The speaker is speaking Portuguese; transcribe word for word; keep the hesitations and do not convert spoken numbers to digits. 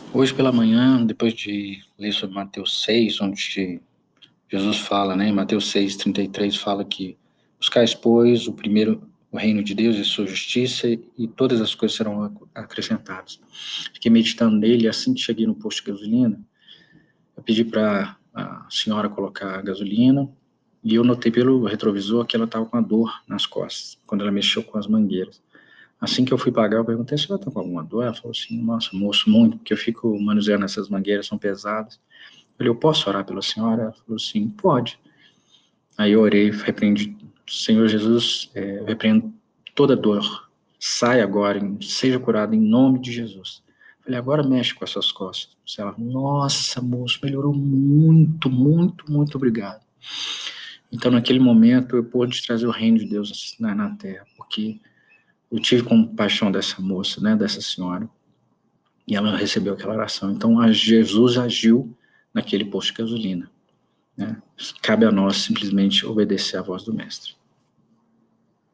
Hoje pela manhã, depois de ler sobre Mateus seis, onde Jesus fala, né, em Mateus seis, trinta e três, fala que buscais, pois, o primeiro o reino de Deus e sua justiça, e todas as coisas serão acrescentadas. Fiquei meditando nele, assim que cheguei no posto de gasolina, eu pedi para a senhora colocar a gasolina, e eu notei pelo retrovisor que ela estava com a dor nas costas, quando ela mexeu com as mangueiras. Assim que eu fui pagar, eu perguntei se ela está com alguma dor. Ela falou assim: nossa, moço, muito, porque eu fico manuseando essas mangueiras, são pesadas. Eu falei: eu posso orar pela senhora? Ela falou assim: pode. Aí eu orei, repreendi: Senhor Jesus, é, eu repreendo toda dor, sai agora, seja curado em nome de Jesus. Eu falei: agora mexe com as suas costas. Ela: nossa, moço, melhorou muito, muito, muito obrigado. Então, naquele momento, eu pude trazer o reino de Deus na, na terra, porque eu tive compaixão dessa moça, né, dessa senhora, e ela recebeu aquela oração. Então, a Jesus agiu naquele posto de gasolina, né? Cabe a nós simplesmente obedecer à voz do Mestre.